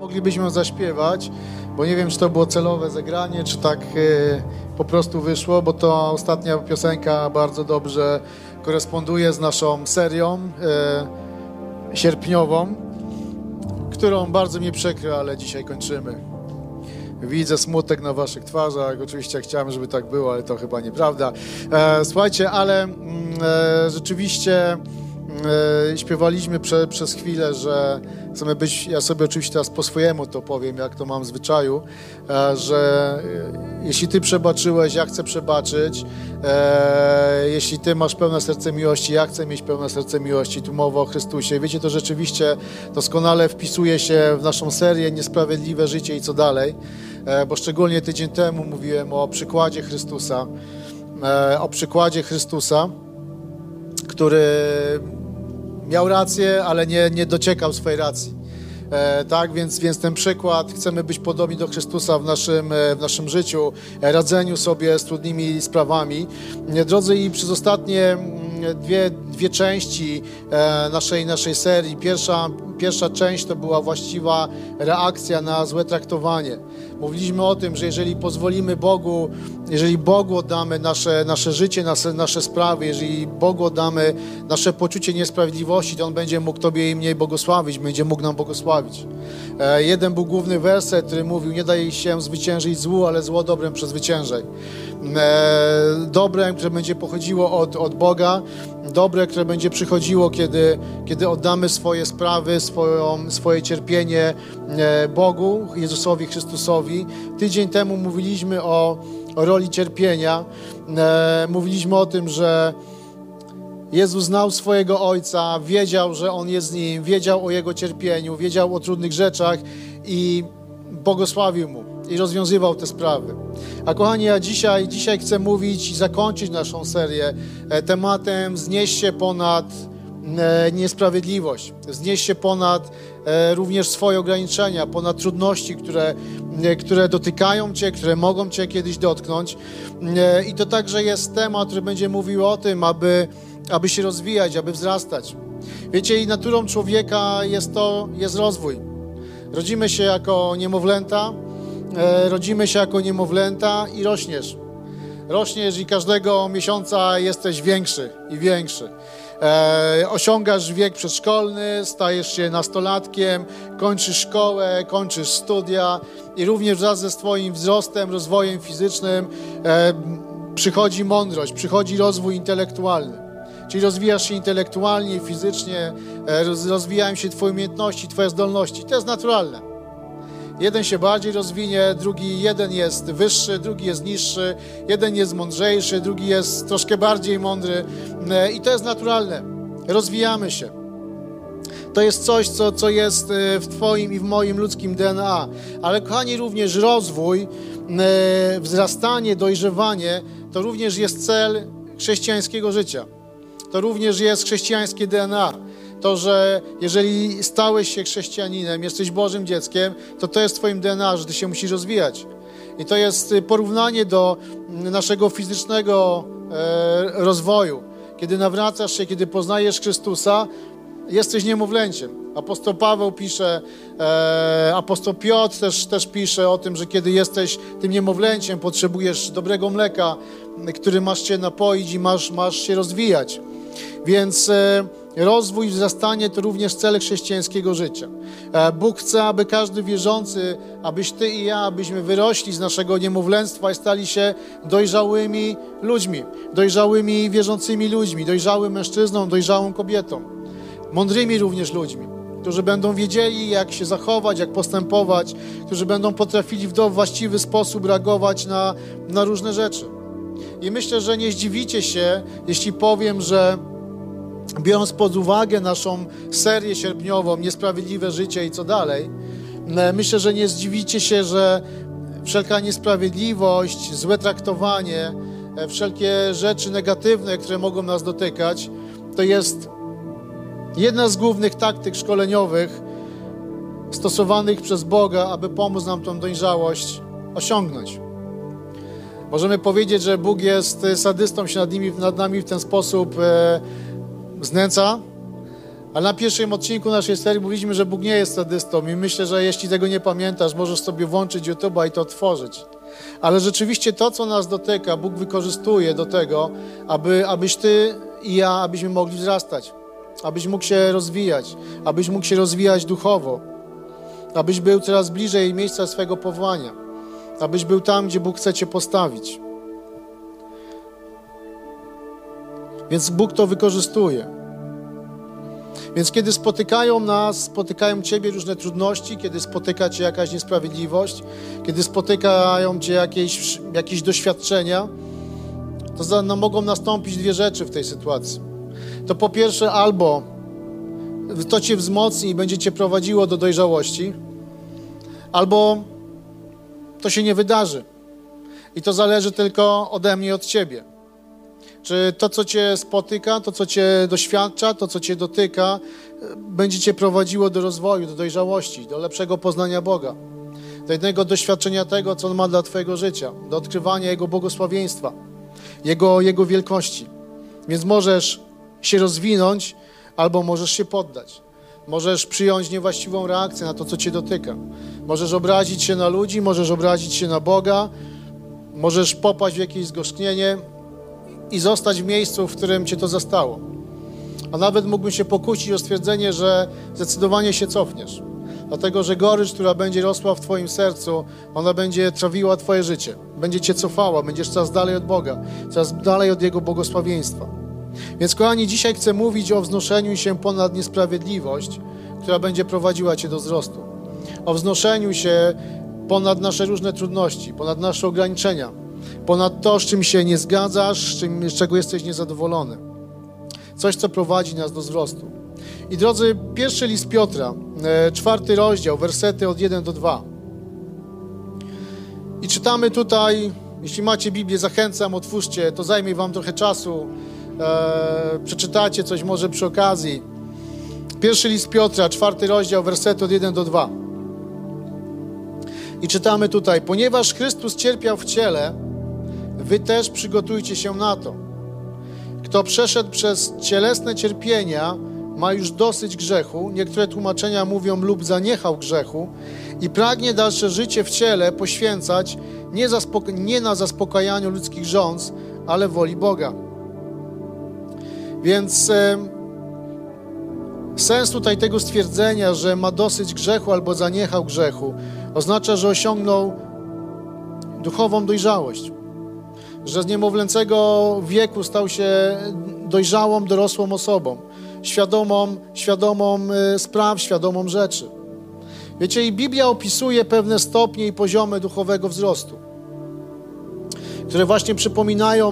Moglibyśmy ją zaśpiewać, bo nie wiem, czy to było celowe zagranie, czy tak po prostu wyszło, bo to ostatnia piosenka bardzo dobrze koresponduje z naszą serią sierpniową, którą bardzo mi przykro, ale dzisiaj kończymy. Widzę smutek na waszych twarzach. Oczywiście chciałem, żeby tak było, ale to chyba nieprawda. Słuchajcie, ale rzeczywiście śpiewaliśmy przez chwilę, że chcemy być, ja sobie oczywiście teraz po swojemu to powiem, jak to mam w zwyczaju, że jeśli Ty przebaczyłeś, ja chcę przebaczyć, jeśli Ty masz pełne serce miłości, ja chcę mieć pełne serce miłości, tu mowa o Chrystusie. Wiecie, to rzeczywiście doskonale wpisuje się w naszą serię Niesprawiedliwe życie i co dalej, bo szczególnie tydzień temu mówiłem o przykładzie Chrystusa, który miał rację, ale nie dociekał swojej racji. Tak, więc ten przykład, chcemy być podobni do Chrystusa w naszym życiu, radzeniu sobie z trudnymi sprawami. Drodzy, i przez ostatnie dwie części naszej serii, pierwsza część to była właściwa reakcja na złe traktowanie. Mówiliśmy o tym, że jeżeli pozwolimy Bogu, jeżeli Bogu oddamy nasze życie, nasze sprawy, jeżeli Bogu oddamy nasze poczucie niesprawiedliwości, to On będzie mógł Tobie i mnie błogosławić, będzie mógł nam błogosławić. Jeden był główny werset, który mówił: nie daj się zwyciężyć złu, ale zło dobrem przezwyciężaj. Dobrem, które będzie pochodziło od Boga, dobre, które będzie przychodziło, kiedy oddamy swoje sprawy, swoje cierpienie Bogu, Jezusowi Chrystusowi. Tydzień temu mówiliśmy o roli cierpienia. Mówiliśmy o tym, że Jezus znał swojego Ojca, wiedział, że On jest z Nim, wiedział o Jego cierpieniu, wiedział o trudnych rzeczach i błogosławił Mu i rozwiązywał te sprawy. A kochani, ja dzisiaj chcę mówić i zakończyć naszą serię tematem wznieść się ponad niesprawiedliwość, wznieść się ponad również swoje ograniczenia, ponad trudności, które dotykają Cię, które mogą Cię kiedyś dotknąć. I to także jest temat, który będzie mówił o tym, aby się rozwijać, aby wzrastać. Wiecie, i naturą człowieka jest rozwój. Rodzimy się jako niemowlęta i rośniesz. Rośniesz i każdego miesiąca jesteś większy i większy. Osiągasz wiek przedszkolny, stajesz się nastolatkiem, kończysz szkołę, kończysz studia i również wraz ze swoim wzrostem, rozwojem fizycznym przychodzi mądrość, przychodzi rozwój intelektualny. Czyli rozwijasz się intelektualnie, fizycznie, rozwijają się Twoje umiejętności, Twoje zdolności. To jest naturalne. Jeden się bardziej rozwinie, jeden jest wyższy, drugi jest niższy, jeden jest mądrzejszy, drugi jest troszkę bardziej mądry i to jest naturalne. Rozwijamy się. To jest coś, co jest w Twoim i w moim ludzkim DNA. Ale kochani, również rozwój, wzrastanie, dojrzewanie, to również jest cel chrześcijańskiego życia. To również jest chrześcijańskie DNA. To, że jeżeli stałeś się chrześcijaninem, jesteś Bożym dzieckiem, to jest w Twoim DNA, że Ty się musisz rozwijać. I to jest porównanie do naszego fizycznego rozwoju. Kiedy nawracasz się, kiedy poznajesz Chrystusa, jesteś niemowlęciem. Apostoł Paweł pisze, apostoł Piotr też pisze o tym, że kiedy jesteś tym niemowlęciem, potrzebujesz dobrego mleka, który masz Cię napoić i masz się rozwijać. Więc rozwój, wzrastanie to również cel chrześcijańskiego życia. Bóg chce, aby każdy wierzący, abyś Ty i ja, abyśmy wyrośli z naszego niemowlęctwa i stali się dojrzałymi ludźmi, dojrzałymi wierzącymi ludźmi, dojrzałym mężczyzną, dojrzałą kobietą, mądrymi również ludźmi, którzy będą wiedzieli, jak się zachować, jak postępować, którzy będą potrafili w właściwy sposób reagować na różne rzeczy. I myślę, że nie zdziwicie się, jeśli powiem, że biorąc pod uwagę naszą serię sierpniową, Niesprawiedliwe życie i co dalej, myślę, że nie zdziwicie się, że wszelka niesprawiedliwość, złe traktowanie, wszelkie rzeczy negatywne, które mogą nas dotykać, to jest jedna z głównych taktyk szkoleniowych stosowanych przez Boga, aby pomóc nam tą dojrzałość osiągnąć. Możemy powiedzieć, że Bóg jest sadystą, się nad nami w ten sposób znęca, Ale na pierwszym odcinku naszej serii mówiliśmy, że Bóg nie jest sadystą i myślę, że jeśli tego nie pamiętasz, możesz sobie włączyć YouTube'a i to otworzyć. Ale rzeczywiście to, co nas dotyka, Bóg wykorzystuje do tego, abyś ty i ja, abyśmy mogli wzrastać, abyś mógł się rozwijać, abyś mógł się rozwijać duchowo, abyś był coraz bliżej miejsca swego powołania, abyś był tam, gdzie Bóg chce cię postawić. Więc Bóg to wykorzystuje. Więc kiedy spotykają nas, spotykają Ciebie różne trudności, kiedy spotyka Cię jakaś niesprawiedliwość, kiedy spotykają Cię jakieś doświadczenia, to mogą nastąpić dwie rzeczy w tej sytuacji. To po pierwsze albo to Cię wzmocni i będzie Cię prowadziło do dojrzałości, albo to się nie wydarzy. I to zależy tylko ode mnie i od Ciebie. Czy to, co Cię spotyka, to, co Cię doświadcza, to, co Cię dotyka, będzie Cię prowadziło do rozwoju, do dojrzałości, do lepszego poznania Boga, do jednego doświadczenia tego, co On ma dla Twojego życia, do odkrywania Jego błogosławieństwa, Jego wielkości. Więc możesz się rozwinąć, albo możesz się poddać. Możesz przyjąć niewłaściwą reakcję na to, co Cię dotyka. Możesz obrazić się na ludzi, możesz obrazić się na Boga, możesz popaść w jakieś zgorzknienie i zostać w miejscu, w którym Cię to zastało. A nawet mógłbym się pokusić o stwierdzenie, że zdecydowanie się cofniesz. Dlatego, że gorycz, która będzie rosła w Twoim sercu, ona będzie trawiła Twoje życie. Będzie Cię cofała, będziesz coraz dalej od Boga, coraz dalej od Jego błogosławieństwa. Więc, kochani, dzisiaj chcę mówić o wznoszeniu się ponad niesprawiedliwość, która będzie prowadziła Cię do wzrostu. O wznoszeniu się ponad nasze różne trudności, ponad nasze ograniczenia, ponad to, z czym się nie zgadzasz, z czego jesteś niezadowolony. Coś, co prowadzi nas do wzrostu. I drodzy, pierwszy list Piotra, 4 rozdział, wersety od 1 do 2. I czytamy tutaj, jeśli macie Biblię, zachęcam, otwórzcie, to zajmie wam trochę czasu, przeczytacie coś może przy okazji. Pierwszy list Piotra, 4 rozdział, wersety od 1 do 2. I czytamy tutaj, ponieważ Chrystus cierpiał w ciele, wy też przygotujcie się na to. Kto przeszedł przez cielesne cierpienia, ma już dosyć grzechu, niektóre tłumaczenia mówią lub zaniechał grzechu i pragnie dalsze życie w ciele poświęcać nie na zaspokajaniu ludzkich żądz, ale woli Boga. Więc sens tutaj tego stwierdzenia, że ma dosyć grzechu albo zaniechał grzechu, oznacza, że osiągnął duchową dojrzałość. Że z niemowlęcego wieku stał się dojrzałą, dorosłą osobą, świadomą spraw, świadomą rzeczy. Wiecie, i Biblia opisuje pewne stopnie i poziomy duchowego wzrostu, które właśnie przypominają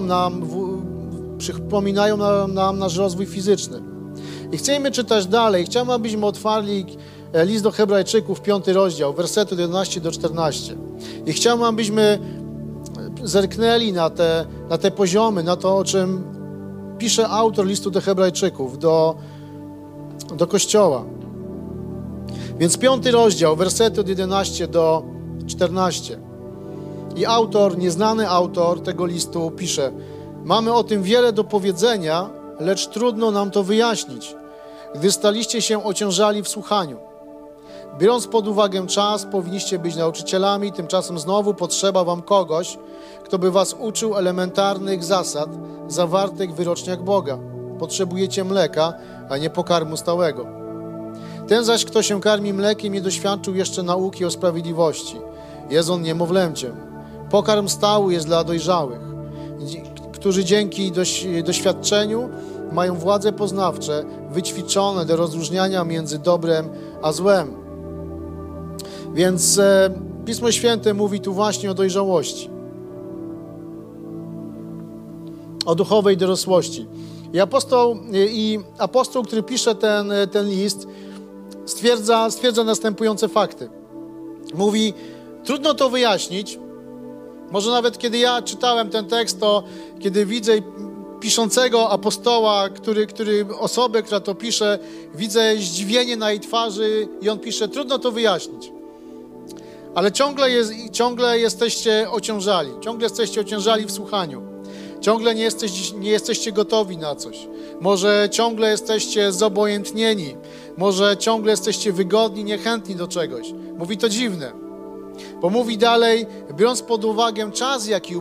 nam nasz rozwój fizyczny. I chcemy czytać dalej. Chciałbym, abyśmy otwarli list do Hebrajczyków, 5 rozdział, wersety od 11 do 14. I chciałbym, abyśmy zerknęli na te poziomy, na to, o czym pisze autor listu do Hebrajczyków, do Kościoła. Więc 5 rozdział, wersety od 11 do 14. I autor, nieznany autor tego listu pisze: mamy o tym wiele do powiedzenia, lecz trudno nam to wyjaśnić, gdy staliście się ociężali w słuchaniu. Biorąc pod uwagę czas, powinniście być nauczycielami, tymczasem znowu potrzeba wam kogoś, kto by was uczył elementarnych zasad zawartych w wyroczniach Boga. Potrzebujecie mleka, a nie pokarmu stałego. Ten zaś, kto się karmi mlekiem, nie doświadczył jeszcze nauki o sprawiedliwości. Jest on niemowlęciem. Pokarm stały jest dla dojrzałych, którzy dzięki doświadczeniu mają władze poznawcze wyćwiczone do rozróżniania między dobrem a złem. Więc Pismo Święte mówi tu właśnie o dojrzałości, o duchowej dorosłości. I apostoł, który pisze ten list, stwierdza następujące fakty. Mówi, trudno to wyjaśnić. Może nawet kiedy ja czytałem ten tekst, to kiedy widzę piszącego apostoła, osobę, która to pisze, widzę zdziwienie na jej twarzy i on pisze, trudno to wyjaśnić. Ale ciągle jesteście ociężali w słuchaniu. Ciągle nie jesteście gotowi na coś. Może ciągle jesteście zobojętnieni. Może ciągle jesteście wygodni, niechętni do czegoś. Mówi to dziwne. Bo mówi dalej, biorąc pod uwagę czas, jaki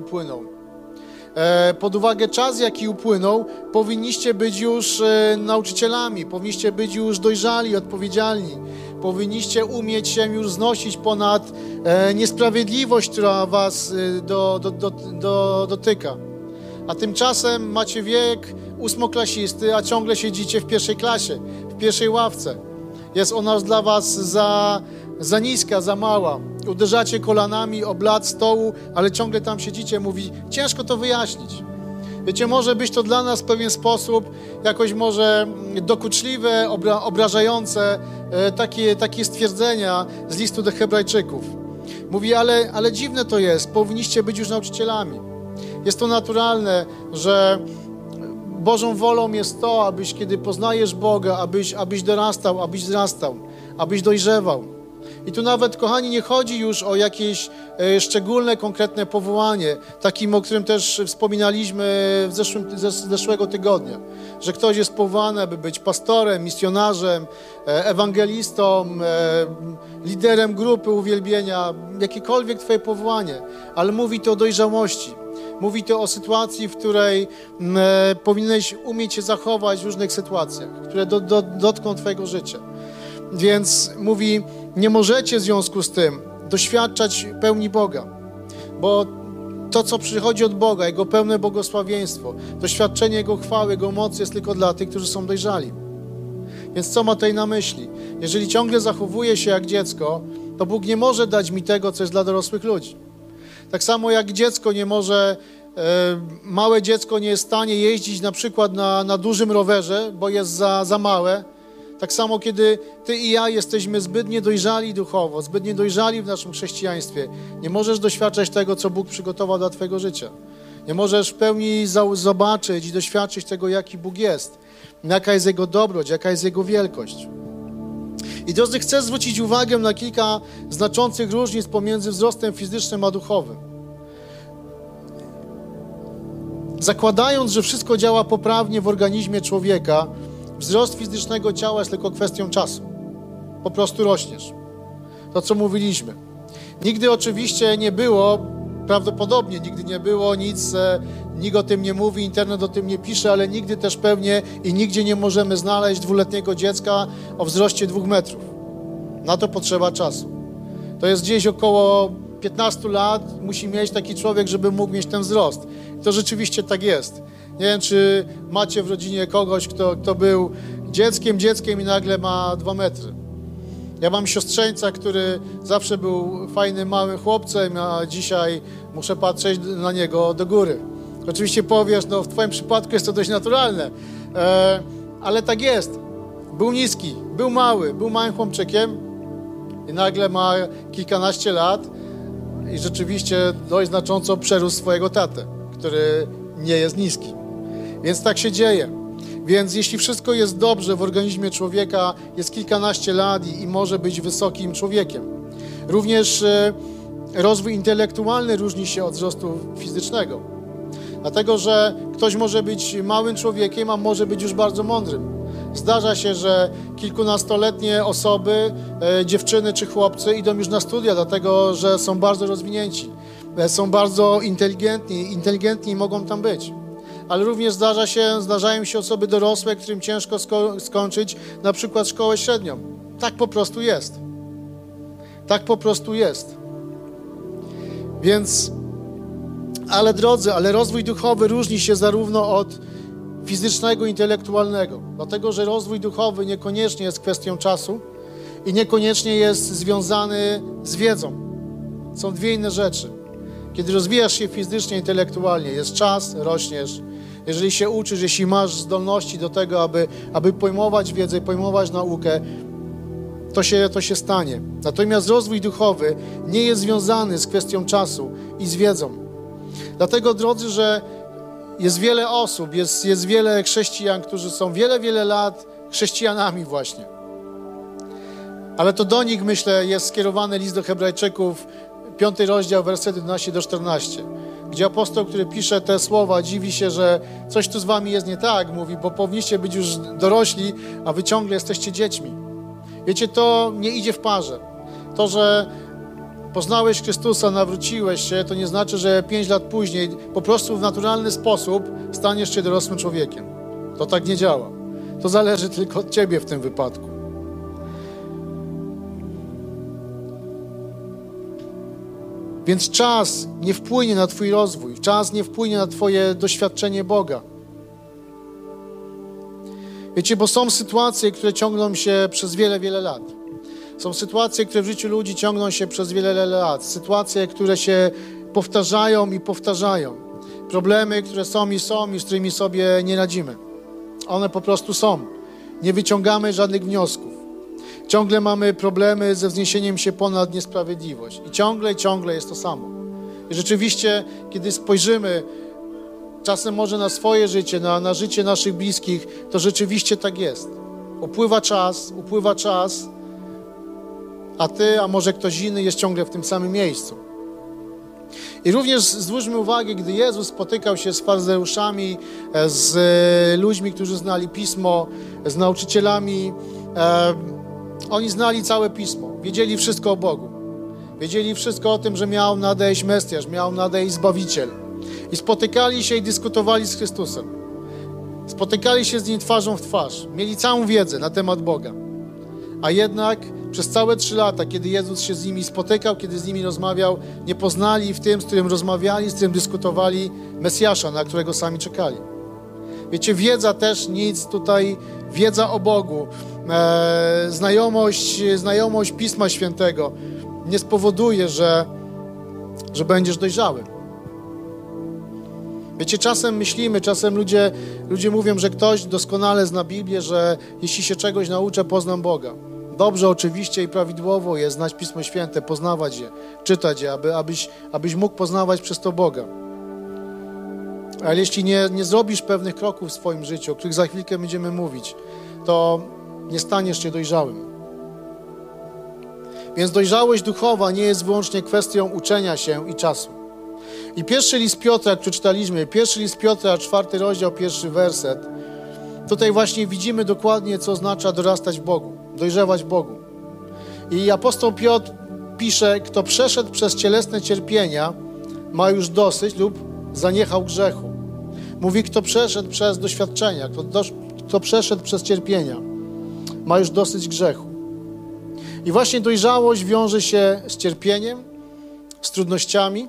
upłynął, powinniście być już nauczycielami, powinniście być już dojrzali, odpowiedzialni. Powinniście umieć się już znosić ponad niesprawiedliwość, która was dotyka. A tymczasem macie wiek ósmoklasisty, a ciągle siedzicie w pierwszej klasie, w pierwszej ławce. Jest ona dla was za niska, za mała. Uderzacie kolanami o blat stołu, ale ciągle tam siedzicie. Mówi, ciężko to wyjaśnić. Wiecie, może być to dla nas w pewien sposób jakoś może dokuczliwe, obrażające takie stwierdzenia z listu do Hebrajczyków. Mówi, ale dziwne to jest, powinniście być już nauczycielami. Jest to naturalne, że Bożą wolą jest to, abyś, kiedy poznajesz Boga, abyś dorastał, abyś wzrastał, abyś dojrzewał. I tu nawet, kochani, nie chodzi już o jakieś szczególne, konkretne powołanie, takim, o którym też wspominaliśmy zeszłego tygodnia, że ktoś jest powołany, aby być pastorem, misjonarzem, ewangelistą, liderem grupy uwielbienia, jakiekolwiek twoje powołanie, ale mówi to o dojrzałości. Mówi to o sytuacji, w której powinieneś umieć się zachować w różnych sytuacjach, które dotkną twojego życia. Więc mówi, nie możecie w związku z tym doświadczać pełni Boga, bo to, co przychodzi od Boga, Jego pełne błogosławieństwo, doświadczenie Jego chwały, Jego mocy jest tylko dla tych, którzy są dojrzali. Więc co ma tutaj na myśli? Jeżeli ciągle zachowuję się jak dziecko, to Bóg nie może dać mi tego, co jest dla dorosłych ludzi. Tak samo jak dziecko nie może, małe dziecko nie jest w stanie jeździć na przykład na dużym rowerze, bo jest za małe. Tak samo, kiedy ty i ja jesteśmy zbyt niedojrzali duchowo, zbyt niedojrzali w naszym chrześcijaństwie, nie możesz doświadczać tego, co Bóg przygotował dla twojego życia. Nie możesz w pełni zobaczyć i doświadczyć tego, jaki Bóg jest, jaka jest Jego dobroć, jaka jest Jego wielkość. I drodzy, chcę zwrócić uwagę na kilka znaczących różnic pomiędzy wzrostem fizycznym a duchowym. Zakładając, że wszystko działa poprawnie w organizmie człowieka, wzrost fizycznego ciała jest tylko kwestią czasu. Po prostu rośniesz. To, co mówiliśmy. Nigdy oczywiście nie było, prawdopodobnie nigdy nie było nic, nikt o tym nie mówi, internet o tym nie pisze, ale nigdy też pewnie i nigdzie nie możemy znaleźć 2-letniego dziecka o wzroście 2 metrów. Na to potrzeba czasu. To jest gdzieś około 15 lat musi mieć taki człowiek, żeby mógł mieć ten wzrost. I to rzeczywiście tak jest. Nie wiem, czy macie w rodzinie kogoś, kto był dzieckiem i nagle ma 2 metry. Ja mam siostrzeńca, który zawsze był fajnym, małym chłopcem, a dzisiaj muszę patrzeć na niego do góry. Oczywiście powiesz, no w twoim przypadku jest to dość naturalne, ale tak jest. Był niski, był mały, był małym chłopczykiem i nagle ma kilkanaście lat i rzeczywiście dość znacząco przerósł swojego tatę, który nie jest niski. Więc tak się dzieje. Więc jeśli wszystko jest dobrze w organizmie człowieka, jest kilkanaście lat i może być wysokim człowiekiem. Również rozwój intelektualny różni się od wzrostu fizycznego. Dlatego, że ktoś może być małym człowiekiem, a może być już bardzo mądrym. Zdarza się, że kilkunastoletnie osoby, dziewczyny czy chłopcy idą już na studia, dlatego, że są bardzo rozwinięci, są bardzo inteligentni i mogą tam być. Ale również zdarzają się osoby dorosłe, którym ciężko skończyć na przykład szkołę średnią. Tak po prostu jest. Tak po prostu jest. Więc, ale drodzy, ale rozwój duchowy różni się zarówno od fizycznego, intelektualnego. Dlatego, że rozwój duchowy niekoniecznie jest kwestią czasu i niekoniecznie jest związany z wiedzą. Są dwie inne rzeczy. Kiedy rozwijasz się fizycznie, intelektualnie, jest czas, rośniesz. Jeżeli się uczysz, jeśli masz zdolności do tego, aby pojmować wiedzę, pojmować naukę, to się stanie. Natomiast rozwój duchowy nie jest związany z kwestią czasu i z wiedzą. Dlatego, drodzy, że jest wiele osób, jest wiele chrześcijan, którzy są wiele lat chrześcijanami właśnie. Ale to do nich, myślę, jest skierowany list do Hebrajczyków, 5 rozdział, wersety 11 do 14. gdzie apostoł, który pisze te słowa, dziwi się, że coś tu z wami jest nie tak, mówi, bo powinniście być już dorośli, a wy ciągle jesteście dziećmi. Wiecie, to nie idzie w parze. To, że poznałeś Chrystusa, nawróciłeś się, to nie znaczy, że 5 lat później po prostu w naturalny sposób staniesz się dorosłym człowiekiem. To tak nie działa. To zależy tylko od ciebie w tym wypadku. Więc czas nie wpłynie na twój rozwój, czas nie wpłynie na twoje doświadczenie Boga. Wiecie, bo są sytuacje, które ciągną się przez wiele, wiele lat. Są sytuacje, które w życiu ludzi ciągną się przez wiele lat. Sytuacje, które się powtarzają i powtarzają. Problemy, które są i z którymi sobie nie radzimy. One po prostu są. Nie wyciągamy żadnych wniosków. Ciągle mamy problemy ze wzniesieniem się ponad niesprawiedliwość. I ciągle jest to samo. I rzeczywiście, kiedy spojrzymy czasem może na swoje życie, na życie naszych bliskich, to rzeczywiście tak jest. Upływa czas, a ty, a może ktoś inny jest ciągle w tym samym miejscu. I również zwróćmy uwagę, gdy Jezus spotykał się z faryzeuszami, z ludźmi, którzy znali Pismo, z nauczycielami, oni znali całe Pismo, wiedzieli wszystko o Bogu. Wiedzieli wszystko o tym, że miał nadejść Mesjasz, miał nadejść Zbawiciel. I spotykali się i dyskutowali z Chrystusem. Spotykali się z Nim twarzą w twarz. Mieli całą wiedzę na temat Boga. A jednak przez całe 3 lata, kiedy Jezus się z nimi spotykał, kiedy z nimi rozmawiał, nie poznali w tym, z którym rozmawiali, z którym dyskutowali, Mesjasza, na którego sami czekali. Wiecie, wiedza też nic tutaj, wiedza o Bogu, znajomość Pisma Świętego nie spowoduje, że będziesz dojrzały. Wiecie, czasem myślimy, czasem ludzie mówią, że ktoś doskonale zna Biblię, że jeśli się czegoś nauczę, poznam Boga. Dobrze, oczywiście i prawidłowo jest znać Pismo Święte, poznawać je, czytać je, abyś mógł poznawać przez to Boga. Ale jeśli nie zrobisz pewnych kroków w swoim życiu, o których za chwilkę będziemy mówić, to nie staniesz się dojrzałym. Więc dojrzałość duchowa nie jest wyłącznie kwestią uczenia się i czasu. I pierwszy list Piotra, jak przeczytaliśmy, pierwszy list Piotra, 4 rozdział, 1 werset, tutaj właśnie widzimy dokładnie, co oznacza dorastać w Bogu, dojrzewać w Bogu. I apostoł Piotr pisze, kto przeszedł przez cielesne cierpienia, ma już dosyć lub zaniechał grzechu. Mówi, kto przeszedł przez doświadczenia, kto przeszedł przez cierpienia, ma już dosyć grzechu. I właśnie dojrzałość wiąże się z cierpieniem, z trudnościami.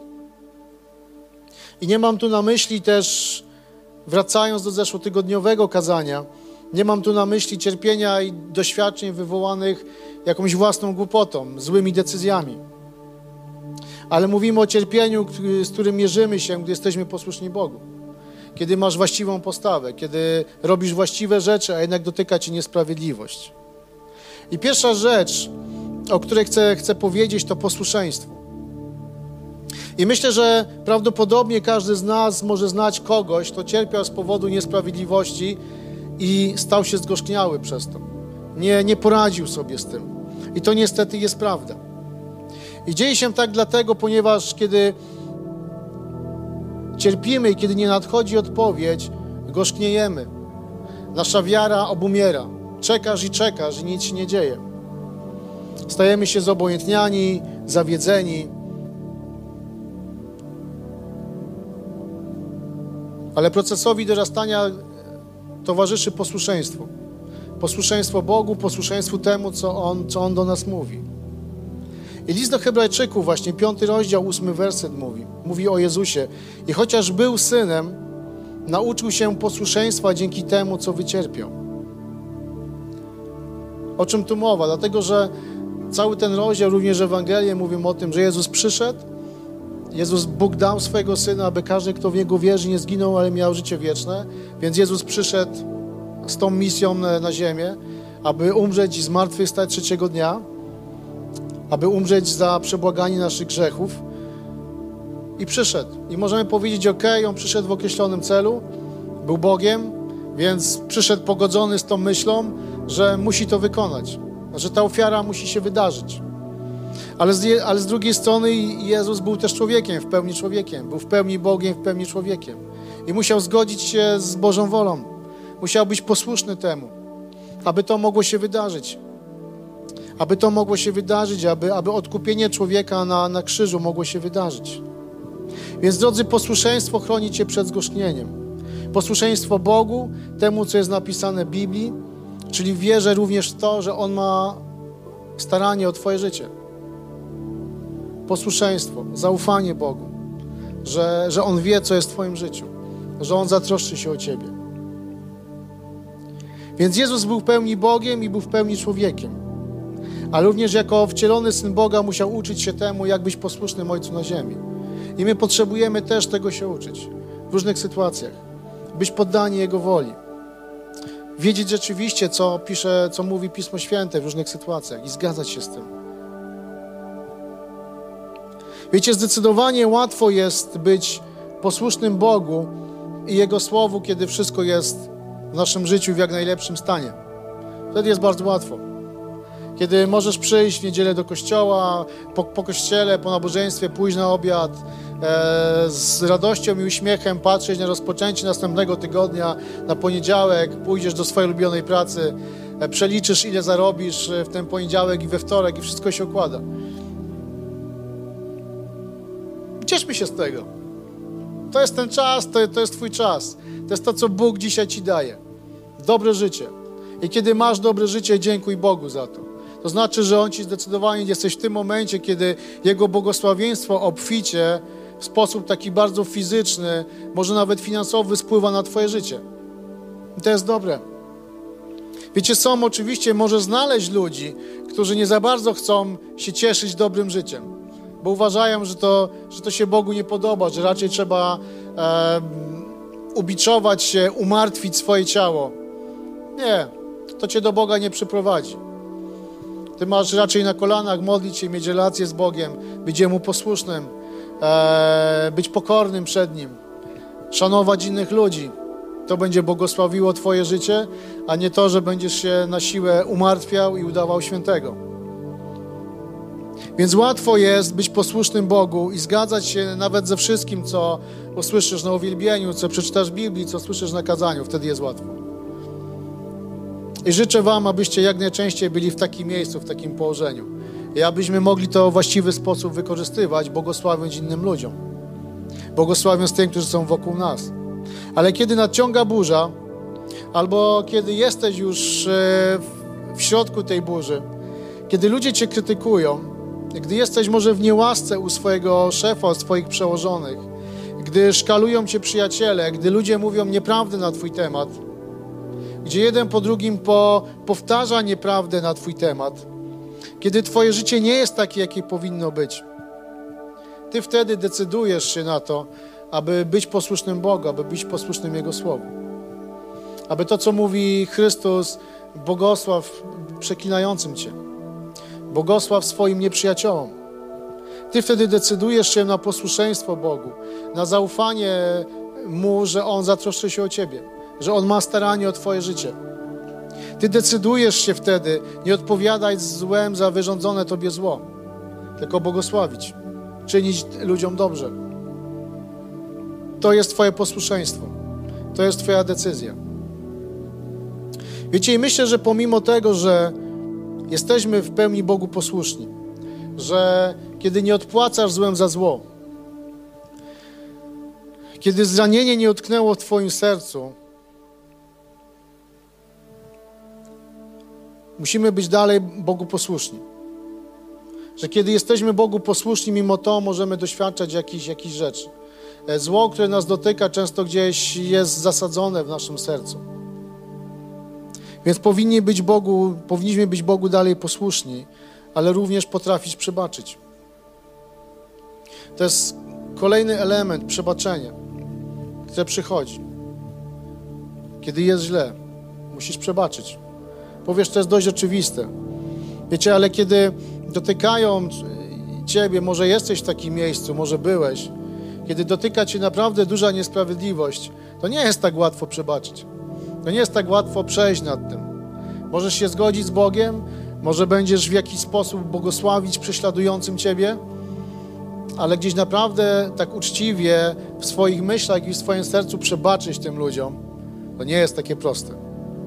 I nie mam tu na myśli też, wracając do zeszłotygodniowego kazania, nie mam tu na myśli cierpienia i doświadczeń wywołanych jakąś własną głupotą, złymi decyzjami. Ale mówimy o cierpieniu, z którym mierzymy się, gdy jesteśmy posłuszni Bogu. Kiedy masz właściwą postawę, kiedy robisz właściwe rzeczy, a jednak dotyka cię niesprawiedliwość. I pierwsza rzecz, o której chcę powiedzieć, to posłuszeństwo. I myślę, że prawdopodobnie każdy z nas może znać kogoś, kto cierpiał z powodu niesprawiedliwości i stał się zgorzkniały przez to. Nie poradził sobie z tym. I to niestety jest prawda. I dzieje się tak dlatego, ponieważ kiedy cierpimy i kiedy nie nadchodzi odpowiedź, gorzkniejemy. Nasza wiara obumiera. Czekasz i nic się nie dzieje. Stajemy się zobojętniani, zawiedzeni. Ale procesowi dorastania towarzyszy posłuszeństwo. Posłuszeństwo Bogu, posłuszeństwu temu, co On do nas mówi. I list do Hebrajczyków, właśnie 5 rozdział, 8 werset mówi o Jezusie. I chociaż był synem, nauczył się posłuszeństwa dzięki temu, co wycierpiał. O czym tu mowa? Dlatego, że cały ten rozdział, również Ewangelie mówią o tym, że Jezus przyszedł, Bóg dał swojego Syna, aby każdy, kto w Niego wierzy, nie zginął, ale miał życie wieczne. Więc Jezus przyszedł z tą misją na ziemię, aby umrzeć i zmartwychwstać 3 dnia, aby umrzeć za przebłaganie naszych grzechów. I przyszedł. I możemy powiedzieć, On przyszedł w określonym celu, był Bogiem, więc przyszedł pogodzony z tą myślą, że musi to wykonać, że ta ofiara musi się wydarzyć. Ale z drugiej strony Jezus był też człowiekiem, w pełni człowiekiem. Był w pełni Bogiem, w pełni człowiekiem. I musiał zgodzić się z Bożą wolą. Musiał być posłuszny temu, aby to mogło się wydarzyć. Aby to mogło się wydarzyć, aby odkupienie człowieka na krzyżu mogło się wydarzyć. Więc, drodzy, posłuszeństwo chroni cię przed zgorzknieniem. Posłuszeństwo Bogu, temu, co jest napisane w Biblii, czyli wierzę również w to, że On ma staranie o twoje życie. Posłuszeństwo, zaufanie Bogu, że On wie, co jest w twoim życiu, że On zatroszczy się o ciebie. Więc Jezus był w pełni Bogiem i był w pełni człowiekiem. Ale również jako wcielony Syn Boga musiał uczyć się temu, jak być posłusznym Ojcu na ziemi. I my potrzebujemy też tego się uczyć w różnych sytuacjach. Być poddani Jego woli. Wiedzieć rzeczywiście, co mówi Pismo Święte w różnych sytuacjach i zgadzać się z tym. Wiecie, zdecydowanie łatwo jest być posłusznym Bogu i Jego Słowu, kiedy wszystko jest w naszym życiu w jak najlepszym stanie. Wtedy jest bardzo łatwo. Kiedy możesz przyjść w niedzielę do kościoła, po kościele, po nabożeństwie, pójść na obiad, z radością i uśmiechem patrzeć na rozpoczęcie następnego tygodnia, na poniedziałek, pójdziesz do swojej ulubionej pracy, przeliczysz, ile zarobisz w ten poniedziałek i we wtorek i wszystko się układa. Cieszmy się z tego. To jest ten czas, to jest twój czas. To jest to, co Bóg dzisiaj ci daje. Dobre życie. I kiedy masz dobre życie, dziękuj Bogu za to. To znaczy, że On ci zdecydowanie jesteś w tym momencie, kiedy Jego błogosławieństwo obficie w sposób taki bardzo fizyczny, może nawet finansowy, spływa na twoje życie. I to jest dobre. Wiecie, oczywiście możesz znaleźć ludzi, którzy nie za bardzo chcą się cieszyć dobrym życiem, bo uważają, że to się Bogu nie podoba, że raczej trzeba ubiczować się, umartwić swoje ciało. Nie, to cię do Boga nie przyprowadzi. Ty masz raczej na kolanach modlić się, mieć relację z Bogiem, być Jemu posłusznym, być pokornym przed Nim, szanować innych ludzi. To będzie błogosławiło twoje życie, a nie to, że będziesz się na siłę umartwiał i udawał świętego. Więc łatwo jest być posłusznym Bogu i zgadzać się nawet ze wszystkim, co usłyszysz na uwielbieniu, co przeczytasz w Biblii, co słyszysz na kazaniu. Wtedy jest łatwo. I życzę wam, abyście jak najczęściej byli w takim miejscu, w takim położeniu. I abyśmy mogli to w właściwy sposób wykorzystywać, błogosławiąc innym ludziom. Błogosławiąc tym, którzy są wokół nas. Ale kiedy nadciąga burza, albo kiedy jesteś już w środku tej burzy, kiedy ludzie cię krytykują, gdy jesteś może w niełasce u swojego szefa, u swoich przełożonych, gdy szkalują cię przyjaciele, gdy ludzie mówią nieprawdę na twój temat, gdzie jeden po drugim powtarza nieprawdę na twój temat, kiedy twoje życie nie jest takie, jakie powinno być, ty wtedy decydujesz się na to, aby być posłusznym Bogu, aby być posłusznym Jego Słowu. Aby to, co mówi Chrystus, błogosław przeklinającym cię, błogosław swoim nieprzyjaciołom. Ty wtedy decydujesz się na posłuszeństwo Bogu, na zaufanie Mu, że On zatroszczy się o ciebie, że On ma staranie o twoje życie. Ty decydujesz się wtedy nie odpowiadać złem za wyrządzone tobie zło, tylko błogosławić, czynić ludziom dobrze. To jest twoje posłuszeństwo. To jest twoja decyzja. Wiecie, i myślę, że pomimo tego, że jesteśmy w pełni Bogu posłuszni, że kiedy nie odpłacasz złem za zło, kiedy zranienie nie utknęło w twoim sercu, musimy być dalej Bogu posłuszni. Że kiedy jesteśmy Bogu posłuszni, mimo to możemy doświadczać jakichś rzeczy. Zło, które nas dotyka, często gdzieś jest zasadzone w naszym sercu. Więc powinniśmy być Bogu dalej posłuszni, ale również potrafić przebaczyć. To jest kolejny element, przebaczenie, które przychodzi. Kiedy jest źle, musisz przebaczyć. Powiesz, to jest dość oczywiste. Wiecie, ale kiedy dotykają ciebie, może jesteś w takim miejscu, może byłeś, kiedy dotyka cię naprawdę duża niesprawiedliwość, to nie jest tak łatwo przebaczyć. To nie jest tak łatwo przejść nad tym. Możesz się zgodzić z Bogiem, Może będziesz w jakiś sposób błogosławić prześladującym Ciebie, ale gdzieś naprawdę tak uczciwie w swoich myślach i w swoim sercu przebaczyć tym ludziom, to nie jest takie proste.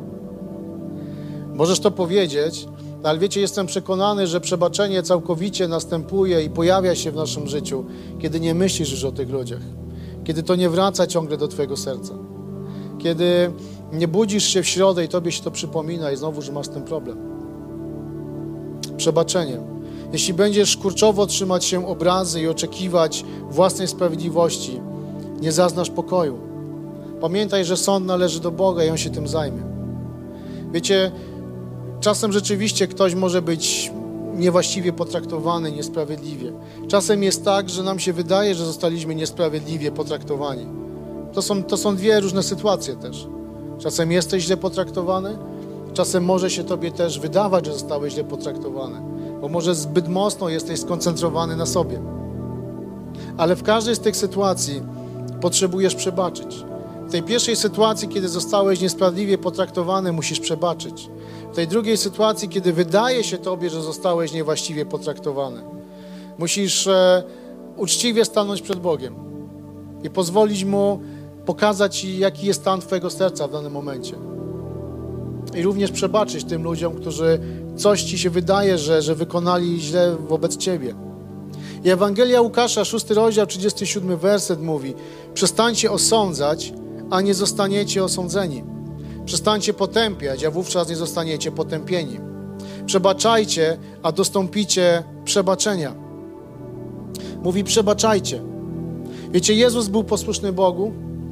Możesz to powiedzieć, ale wiecie, jestem przekonany, że przebaczenie całkowicie następuje i pojawia się w naszym życiu, kiedy nie myślisz już o tych ludziach, kiedy to nie wraca ciągle do Twojego serca, kiedy nie budzisz się w środę i Tobie się to przypomina i znowu, że masz ten problem. Przebaczenie. Jeśli będziesz kurczowo trzymać się obrazy i oczekiwać własnej sprawiedliwości, nie zaznasz pokoju. Pamiętaj, że sąd należy do Boga i On się tym zajmie. Wiecie, czasem rzeczywiście ktoś może być niewłaściwie potraktowany, niesprawiedliwie. Czasem jest tak, że nam się wydaje, że zostaliśmy niesprawiedliwie potraktowani. To są dwie różne sytuacje też. Czasem jesteś źle potraktowany, czasem może się Tobie też wydawać, że zostałeś źle potraktowany, bo może zbyt mocno jesteś skoncentrowany na sobie. Ale w każdej z tych sytuacji potrzebujesz przebaczyć. W tej pierwszej sytuacji, kiedy zostałeś niesprawiedliwie potraktowany, musisz przebaczyć. W tej drugiej sytuacji, kiedy wydaje się Tobie, że zostałeś niewłaściwie potraktowany, musisz uczciwie stanąć przed Bogiem i pozwolić Mu pokazać Ci, jaki jest stan Twojego serca w danym momencie. I również przebaczyć tym ludziom, którzy coś Ci się wydaje, że wykonali źle wobec Ciebie. I Ewangelia Łukasza, 6 rozdział, 37 werset mówi: przestańcie osądzać, a nie zostaniecie osądzeni. Przestańcie potępiać, a wówczas nie zostaniecie potępieni. Przebaczajcie, a dostąpicie przebaczenia. Mówi: przebaczajcie. Wiecie, Jezus był posłuszny Bogu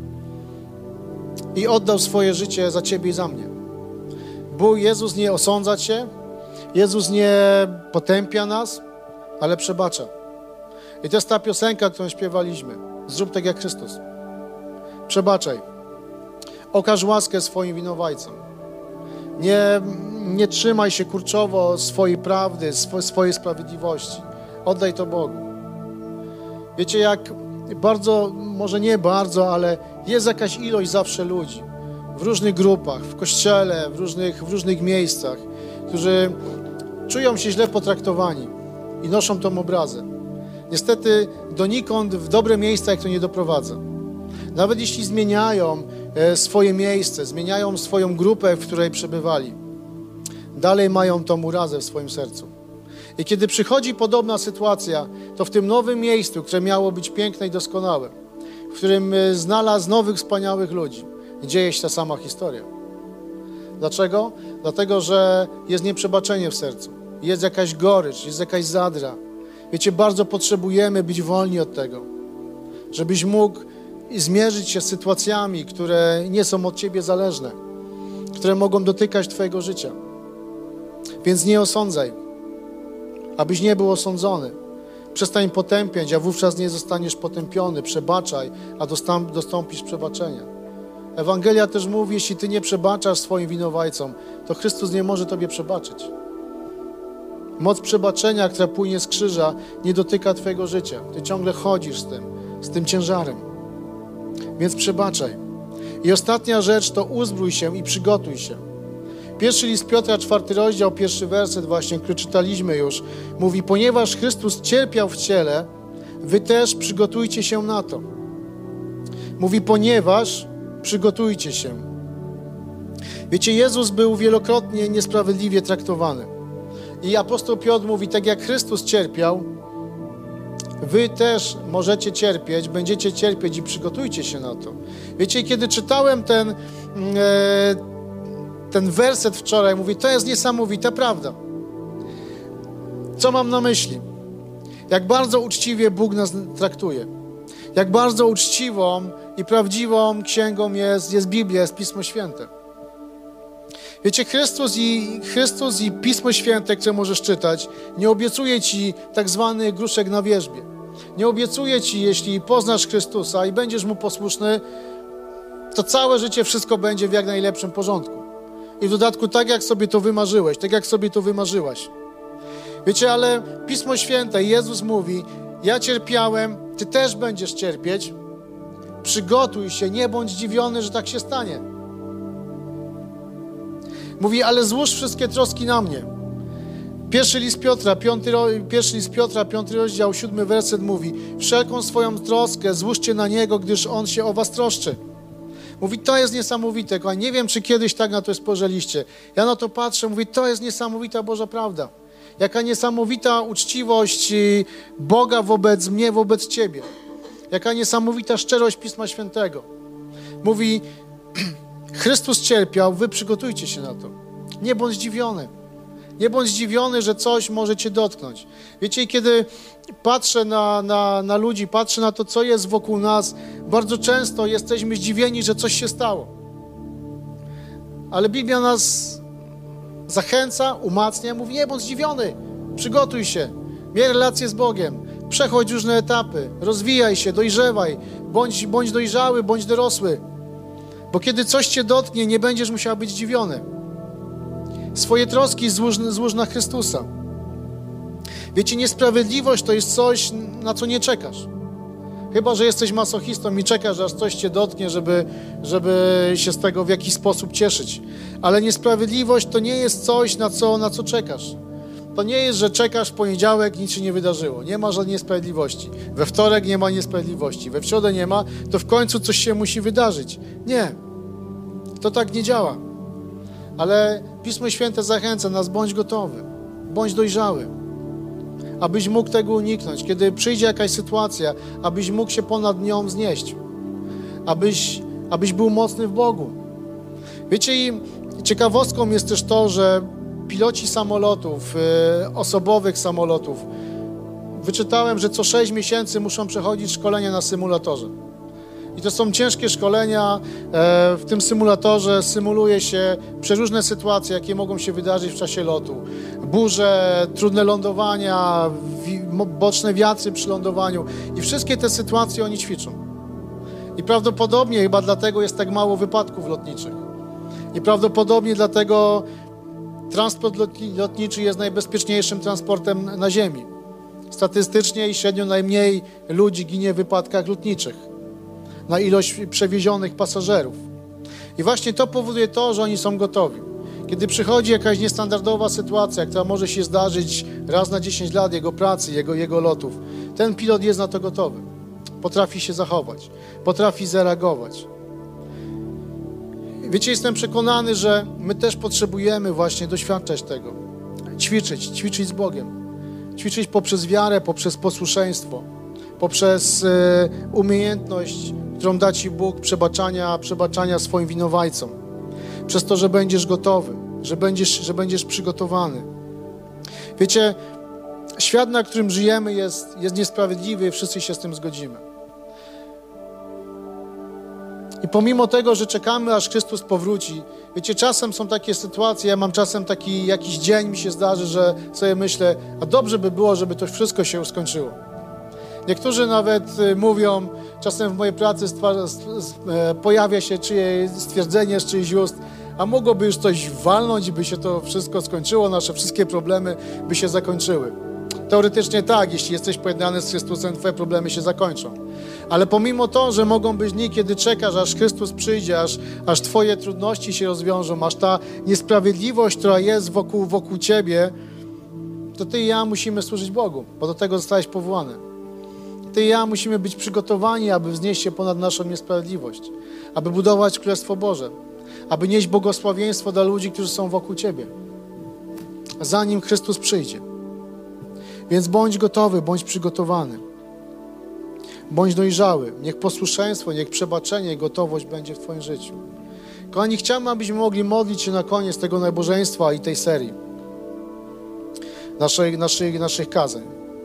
i oddał swoje życie za Ciebie i za mnie. Jezus nie osądza Cię, Jezus nie potępia nas, ale przebacza. I to jest ta piosenka, którą śpiewaliśmy. Zrób tak jak Chrystus. Przebaczaj. Okaż łaskę swoim winowajcom. Nie trzymaj się kurczowo swojej prawdy, swojej sprawiedliwości. Oddaj to Bogu. Wiecie, jak bardzo, może nie bardzo, ale jest jakaś ilość zawsze ludzi w różnych grupach, w kościele, w różnych miejscach, którzy czują się źle potraktowani i noszą tą obrazę. Niestety donikąd w dobre miejsca ich to nie doprowadza. Nawet jeśli zmieniają swoje miejsce, zmieniają swoją grupę, w której przebywali, dalej mają tą urazę w swoim sercu. I kiedy przychodzi podobna sytuacja, to w tym nowym miejscu, które miało być piękne i doskonałe, w którym znalazł nowych, wspaniałych ludzi, dzieje się ta sama historia. Dlaczego? Dlatego, że jest nieprzebaczenie w sercu. Jest jakaś gorycz, jest jakaś zadra. Wiecie, bardzo potrzebujemy być wolni od tego, żebyś mógł zmierzyć się z sytuacjami, które nie są od Ciebie zależne, które mogą dotykać Twojego życia. Więc nie osądzaj, abyś nie był osądzony. Przestań potępiać, a wówczas nie zostaniesz potępiony. Przebaczaj, a dostąpisz przebaczenia. Ewangelia też mówi, jeśli Ty nie przebaczasz swoim winowajcom, to Chrystus nie może Tobie przebaczyć. Moc przebaczenia, która płynie z krzyża, nie dotyka Twojego życia. Ty ciągle chodzisz z tym ciężarem. Więc przebaczaj. I ostatnia rzecz to uzbrój się i przygotuj się. Pierwszy list Piotra, 4 rozdział, 1 werset właśnie, który czytaliśmy już, mówi: ponieważ Chrystus cierpiał w ciele, wy też przygotujcie się na to. Mówi: ponieważ przygotujcie się. Wiecie, Jezus był wielokrotnie niesprawiedliwie traktowany. I apostoł Piotr mówi: tak jak Chrystus cierpiał, wy też możecie cierpieć, będziecie cierpieć i przygotujcie się na to. Wiecie, kiedy czytałem ten werset wczoraj, mówię, to jest niesamowita prawda. Co mam na myśli? Jak bardzo uczciwie Bóg nas traktuje. Jak bardzo uczciwą i prawdziwą księgą jest Biblia, jest Pismo Święte. Wiecie, Chrystus i Pismo Święte, które możesz czytać, nie obiecuje Ci tak zwany gruszek na wierzbie. Nie obiecuje Ci, jeśli poznasz Chrystusa i będziesz Mu posłuszny, to całe życie wszystko będzie w jak najlepszym porządku. I w dodatku tak, jak sobie to wymarzyłeś, tak jak sobie to wymarzyłaś. Wiecie, ale Pismo Święte, Jezus mówi: ja cierpiałem, Ty też będziesz cierpieć. Przygotuj się, nie bądź zdziwiony, że tak się stanie. Mówi: ale złóż wszystkie troski na mnie. Pierwszy list Piotra, 5 rozdział, 7 werset mówi: wszelką swoją troskę złóżcie na Niego, gdyż On się o was troszczy. Mówi, to jest niesamowite. Nie wiem, czy kiedyś tak na to spojrzeliście. Ja na to patrzę, mówię, to jest niesamowita Boża prawda. Jaka niesamowita uczciwość Boga wobec mnie, wobec ciebie. Jaka niesamowita szczerość Pisma Świętego. Mówi, Chrystus cierpiał, wy przygotujcie się na to. Nie bądź zdziwiony. Nie bądź zdziwiony, że coś może cię dotknąć. Wiecie, kiedy patrzę na ludzi, patrzę na to, co jest wokół nas, bardzo często jesteśmy zdziwieni, że coś się stało. Ale Biblia nas zachęca, umacnia, mówi, nie bądź zdziwiony, przygotuj się, miej relację z Bogiem, przechodź różne etapy, rozwijaj się, dojrzewaj, bądź dojrzały, bądź dorosły. Bo kiedy coś cię dotknie, nie będziesz musiał być zdziwiony. Swoje troski złóż na Chrystusa. Wiecie, niesprawiedliwość to jest coś, na co nie czekasz. Chyba że jesteś masochistą i czekasz, aż coś cię dotknie, żeby się z tego w jakiś sposób cieszyć. Ale niesprawiedliwość to nie jest coś, na co czekasz. To nie jest, że czekasz w poniedziałek, nic się nie wydarzyło. Nie ma żadnej niesprawiedliwości. We wtorek nie ma niesprawiedliwości. We środę nie ma, to w końcu coś się musi wydarzyć. Nie. To tak nie działa. Ale Pismo Święte zachęca nas, bądź gotowy, bądź dojrzały, abyś mógł tego uniknąć. Kiedy przyjdzie jakaś sytuacja, abyś mógł się ponad nią wznieść, abyś był mocny w Bogu. Wiecie, i ciekawostką jest też to, że piloci samolotów, osobowych samolotów, wyczytałem, że co 6 miesięcy muszą przechodzić szkolenia na symulatorze. I to są ciężkie szkolenia. W tym symulatorze symuluje się przeróżne sytuacje, jakie mogą się wydarzyć w czasie lotu. Burze, trudne lądowania, boczne wiatry przy lądowaniu. I wszystkie te sytuacje oni ćwiczą. I prawdopodobnie chyba dlatego jest tak mało wypadków lotniczych. I prawdopodobnie dlatego transport lotniczy jest najbezpieczniejszym transportem na ziemi. Statystycznie i średnio najmniej ludzi ginie w wypadkach lotniczych na ilość przewiezionych pasażerów. I właśnie to powoduje to, że oni są gotowi. Kiedy przychodzi jakaś niestandardowa sytuacja, która może się zdarzyć raz na 10 lat jego pracy, jego lotów, ten pilot jest na to gotowy. Potrafi się zachować, potrafi zareagować. Wiecie, jestem przekonany, że my też potrzebujemy właśnie doświadczać tego. Ćwiczyć z Bogiem. Ćwiczyć poprzez wiarę, poprzez posłuszeństwo, poprzez umiejętność, którą da ci Bóg przebaczania swoim winowajcom. Przez to, że będziesz gotowy, że będziesz przygotowany. Wiecie, świat, na którym żyjemy, jest niesprawiedliwy i wszyscy się z tym zgodzimy. I pomimo tego, że czekamy, aż Chrystus powróci, wiecie, czasem są takie sytuacje, ja mam czasem taki jakiś dzień, mi się zdarzy, że sobie myślę, a dobrze by było, żeby to wszystko się skończyło. Niektórzy nawet mówią, czasem w mojej pracy pojawia się czyjeś stwierdzenie z czyichś ust, a mogłoby już coś walnąć i by się to wszystko skończyło, nasze wszystkie problemy by się zakończyły. Teoretycznie tak, jeśli jesteś pojednany z Chrystusem, twoje problemy się zakończą. Ale pomimo to, że mogą być dni, kiedy czekasz, aż Chrystus przyjdzie, aż twoje trudności się rozwiążą, aż ta niesprawiedliwość, która jest wokół ciebie, to ty i ja musimy służyć Bogu, bo do tego zostałeś powołany. Ty i ja musimy być przygotowani, aby wznieść się ponad naszą niesprawiedliwość, aby budować Królestwo Boże, aby nieść błogosławieństwo dla ludzi, którzy są wokół ciebie, zanim Chrystus przyjdzie. Więc bądź gotowy, bądź przygotowany. Bądź dojrzały. Niech posłuszeństwo, niech przebaczenie i gotowość będzie w twoim życiu. Kochani, chciałbym, abyśmy mogli modlić się na koniec tego nabożeństwa i tej serii naszych kazań.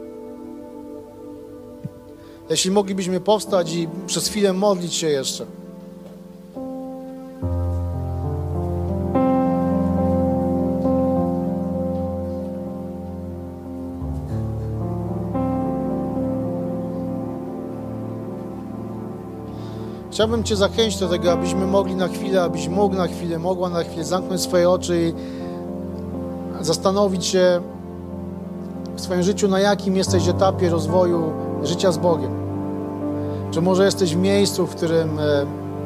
Jeśli moglibyśmy powstać i przez chwilę modlić się jeszcze. Chciałbym Cię zachęcić do tego, abyśmy mogli na chwilę, abyś mógł na chwilę, mogła na chwilę zamknąć swoje oczy i zastanowić się w swoim życiu, na jakim jesteś etapie rozwoju życia z Bogiem. Czy może jesteś w miejscu, w którym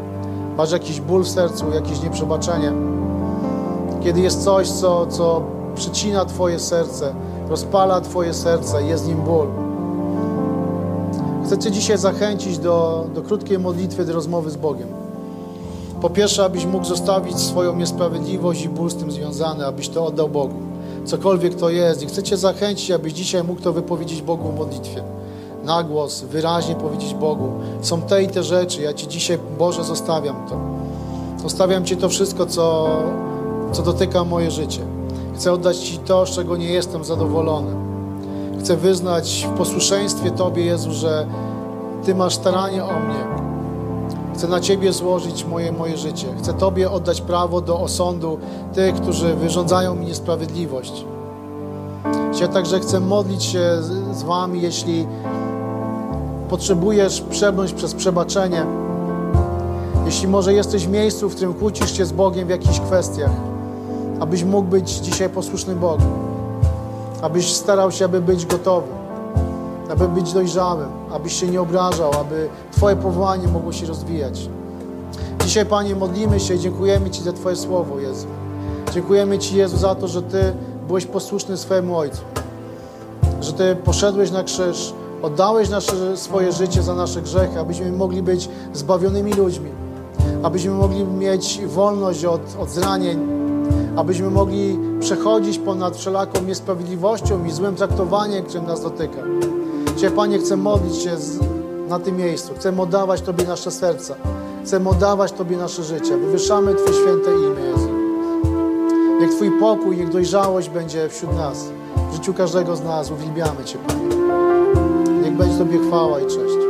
masz jakiś ból w sercu, jakieś nieprzebaczenie, kiedy jest coś, co przycina Twoje serce, rozpala Twoje serce, jest w nim ból. Chcę Cię dzisiaj zachęcić do krótkiej modlitwy, do rozmowy z Bogiem. Po pierwsze, abyś mógł zostawić swoją niesprawiedliwość i ból z tym związany, abyś to oddał Bogu. Cokolwiek to jest. I chcę Cię zachęcić, abyś dzisiaj mógł to wypowiedzieć Bogu w modlitwie. Na głos, wyraźnie powiedzieć Bogu. Są te i te rzeczy. Ja Ci dzisiaj, Boże, zostawiam to. Zostawiam Ci to wszystko, co dotyka moje życie. Chcę oddać Ci to, z czego nie jestem zadowolony. Chcę wyznać w posłuszeństwie Tobie, Jezu, że Ty masz staranie o mnie. Chcę na Ciebie złożyć moje życie. Chcę Tobie oddać prawo do osądu tych, którzy wyrządzają mi niesprawiedliwość. Ja także chcę modlić się z Wami, jeśli potrzebujesz przebrnąć przez przebaczenie, jeśli może jesteś w miejscu, w którym kłócisz się z Bogiem w jakichś kwestiach, abyś mógł być dzisiaj posłuszny Bogu, abyś starał się, aby być gotowy, aby być dojrzałym, abyś się nie obrażał, aby Twoje powołanie mogło się rozwijać. Dzisiaj, Panie, modlimy się i dziękujemy Ci za Twoje słowo, Jezu. Dziękujemy Ci, Jezu, za to, że Ty byłeś posłuszny swojemu Ojcu, że Ty poszedłeś na krzyż, oddałeś swoje życie za nasze grzechy, abyśmy mogli być zbawionymi ludźmi, abyśmy mogli mieć wolność od zranień, abyśmy mogli przechodzić ponad wszelaką niesprawiedliwością i złym traktowaniem, którym nas dotyka. Dzisiaj, Panie, chcę modlić się na tym miejscu. Chcemy oddawać Tobie nasze serca. Chcemy oddawać Tobie nasze życie. Wywyższamy Twoje święte imię, Jezu. Niech Twój pokój, niech dojrzałość będzie wśród nas. W życiu każdego z nas uwielbiamy Cię, Panie. Niech będzie Tobie chwała i cześć.